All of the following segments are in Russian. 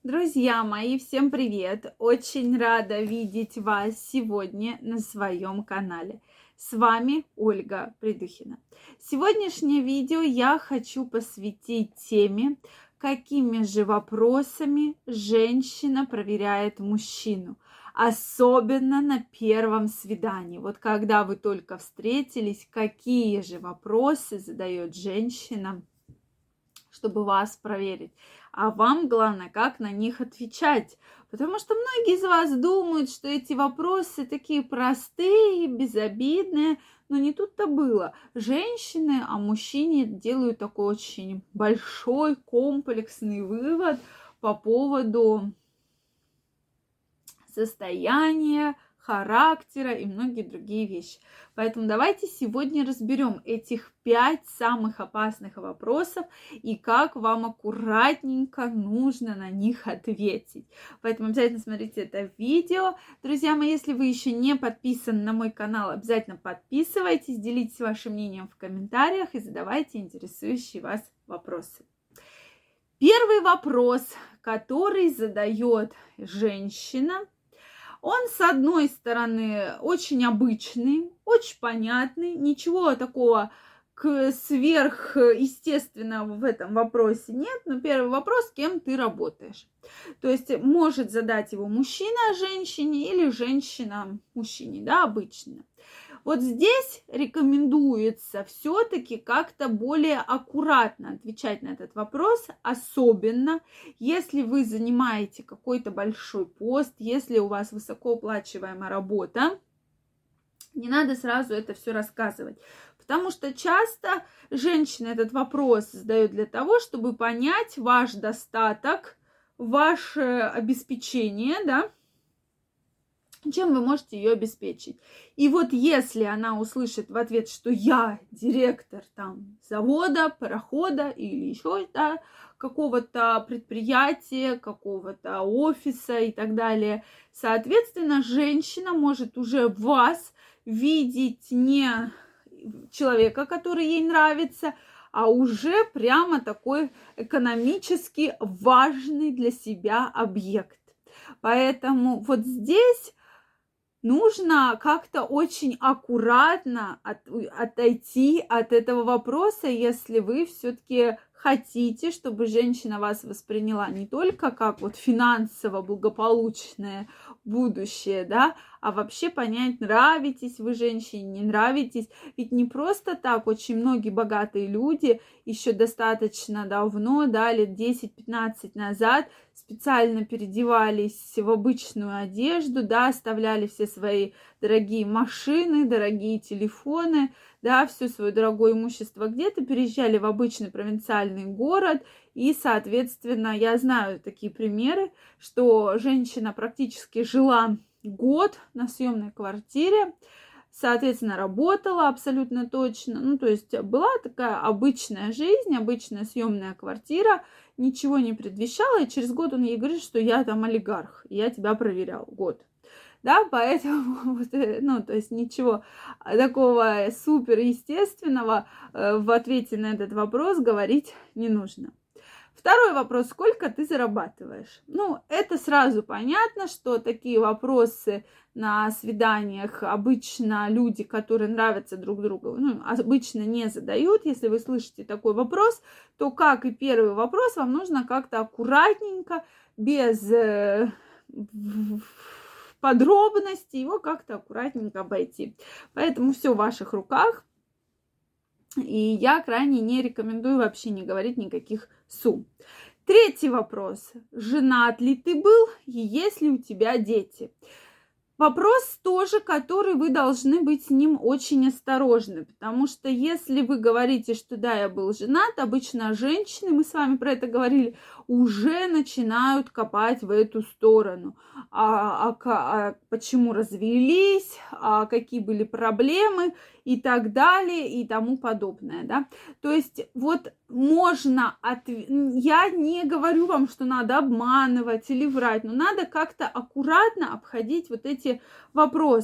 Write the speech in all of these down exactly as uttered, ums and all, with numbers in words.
Друзья мои, всем привет! Очень рада видеть вас сегодня на своем канале. С вами Ольга Придухина. Сегодняшнее видео я хочу посвятить теме, какими же вопросами женщина проверяет мужчину. Особенно на первом свидании. Вот когда вы только встретились, какие же вопросы задает женщина, чтобы вас проверить. А вам главное, как на них отвечать. Потому что многие из вас думают, что эти вопросы такие простые, безобидные. Но не тут-то было. Женщины о мужчине делают такой очень большой комплексный вывод по поводу состояния, характера и многие другие вещи. Поэтому давайте сегодня разберем этих пять самых опасных вопросов и как вам аккуратненько нужно на них ответить. Поэтому обязательно смотрите это видео. Друзья мои, если вы еще не подписаны на мой канал, обязательно подписывайтесь, делитесь вашим мнением в комментариях и задавайте интересующие вас вопросы. Первый вопрос, который задает женщина, он, с одной стороны, очень обычный, очень понятный, ничего такого сверхъестественного в этом вопросе нет. Но первый вопрос, кем ты работаешь. То есть может задать его мужчина женщине или женщина мужчине, да, обычно. Вот здесь рекомендуется все-таки как-то более аккуратно отвечать на этот вопрос, особенно если вы занимаете какой-то большой пост, если у вас высокооплачиваемая работа, не надо сразу это все рассказывать. Потому что часто женщина этот вопрос задает для того, чтобы понять ваш достаток, ваше обеспечение, да, чем вы можете ее обеспечить. И вот если она услышит в ответ, что я директор там завода, парохода или еще да, какого-то предприятия, какого-то офиса и так далее, соответственно, женщина может уже вас видеть не человека, который ей нравится, а уже прямо такой экономически важный для себя объект. Поэтому вот здесь нужно как-то очень аккуратно от, отойти от этого вопроса, если вы все-таки хотите, чтобы женщина вас восприняла не только как вот финансово благополучное будущее, да, а вообще понять, нравитесь вы женщине, не нравитесь. Ведь не просто так очень многие богатые люди еще достаточно давно, да, лет десять-пятнадцать назад специально переодевались в обычную одежду, да, оставляли все свои дорогие машины, дорогие телефоны, да, все свое дорогое имущество где-то, переезжали в обычный провинциальный город, и, соответственно, я знаю такие примеры, что женщина практически жила год на съемной квартире, соответственно, работала абсолютно точно, ну, то есть была такая обычная жизнь, обычная съемная квартира, ничего не предвещало, и через год он ей говорит, что я там олигарх, я тебя проверял год. Да, поэтому, ну, то есть ничего такого суперестественного в ответе на этот вопрос говорить не нужно. Второй вопрос, сколько ты зарабатываешь? Ну, это сразу понятно, что такие вопросы на свиданиях обычно люди, которые нравятся друг другу, ну, обычно не задают. Если вы слышите такой вопрос, то, как и первый вопрос, вам нужно как-то аккуратненько, без подробностей его как-то аккуратненько обойти. Поэтому все в ваших руках. И я крайне не рекомендую вообще не говорить никаких сумм. Третий вопрос. Женат ли ты был и есть ли у тебя дети? Вопрос тоже, который вы должны быть с ним очень осторожны, потому что если вы говорите, что да, я был женат, обычно женщины, мы с вами про это говорили, уже начинают копать в эту сторону. А, а, а почему развелись, а какие были проблемы и так далее и тому подобное, да. То есть вот можно, от... я не говорю вам, что надо обманывать или врать, но надо как-то аккуратно обходить вот эти вопросы,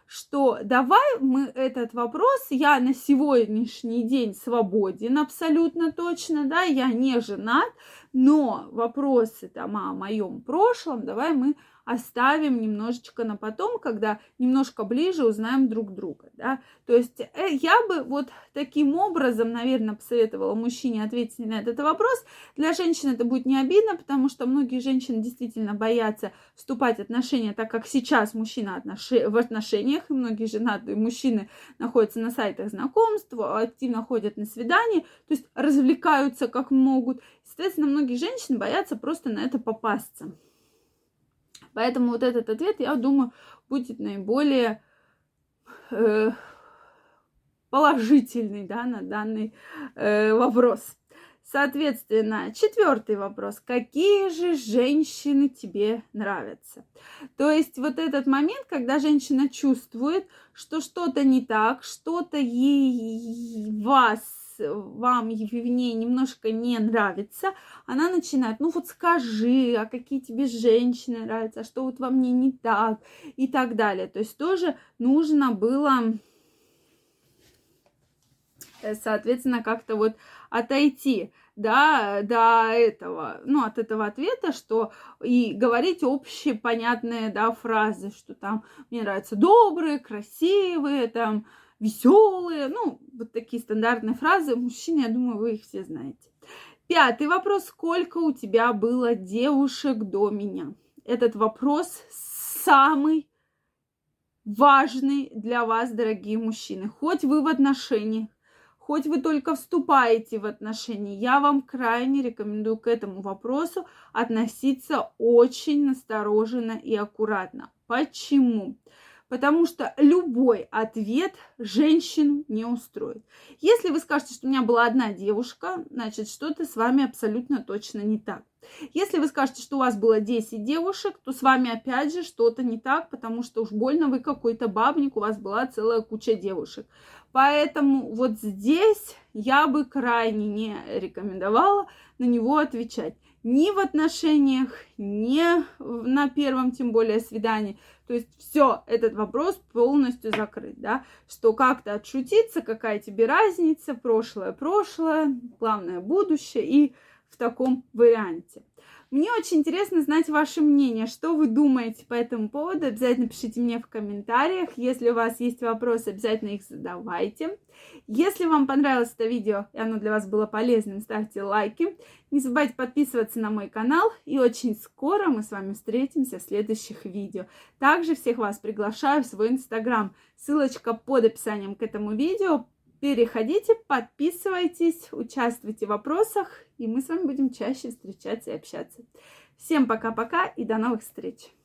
что давай мы этот вопрос, я на сегодняшний день свободен абсолютно точно, да, я не женат, но вопросы там о моем прошлом давай мы оставим немножечко на потом, когда немножко ближе узнаем друг друга, да. То есть я бы вот таким образом, наверное, посоветовала мужчине ответить на этот вопрос. Для женщин это будет не обидно, потому что многие женщины действительно боятся вступать в отношения, так как сейчас мужчина в отношениях, и многие женатые мужчины находятся на сайтах знакомств, активно ходят на свидания, то есть развлекаются как могут. Соответственно, многие женщины боятся просто на это попасться. Поэтому вот этот ответ, я думаю, будет наиболее э, положительный, да, на данный э, вопрос. Соответственно, четвертый вопрос. Какие же женщины тебе нравятся? То есть вот этот момент, когда женщина чувствует, что что-то не так, что-то ей вас вам в ней немножко не нравится, она начинает, ну вот скажи, а какие тебе женщины нравятся, а что вот во мне не так, и так далее. То есть тоже нужно было, соответственно, как-то вот отойти, да, до этого, ну, от этого ответа, что и говорить общие понятные, да, фразы, что там мне нравятся добрые, красивые, там, веселые, ну, вот такие стандартные фразы. Мужчины, я думаю, вы их все знаете. Пятый вопрос. Сколько у тебя было девушек до меня? Этот вопрос самый важный для вас, дорогие мужчины. Хоть вы в отношениях, хоть вы только вступаете в отношения, я вам крайне рекомендую к этому вопросу относиться очень настороженно и аккуратно. Почему? Потому что любой ответ женщину не устроит. Если вы скажете, что у меня была одна девушка, значит, что-то с вами абсолютно точно не так. Если вы скажете, что у вас было десять девушек, то с вами опять же что-то не так, потому что уж больно вы какой-то бабник, у вас была целая куча девушек. Поэтому вот здесь я бы крайне не рекомендовала на него отвечать. Ни в отношениях, ни на первом, тем более, свидании. То есть все, этот вопрос полностью закрыт, да, что как-то отшутиться, какая тебе разница, прошлое, прошлое, главное будущее, и в таком варианте. Мне очень интересно знать ваше мнение, что вы думаете по этому поводу. Обязательно пишите мне в комментариях. Если у вас есть вопросы, обязательно их задавайте. Если вам понравилось это видео и оно для вас было полезным, ставьте лайки. Не забывайте подписываться на мой канал. И очень скоро мы с вами встретимся в следующих видео. Также всех вас приглашаю в свой инстаграм. Ссылочка под описанием к этому видео. Переходите, подписывайтесь, участвуйте в вопросах, и мы с вами будем чаще встречаться и общаться. Всем пока-пока и до новых встреч!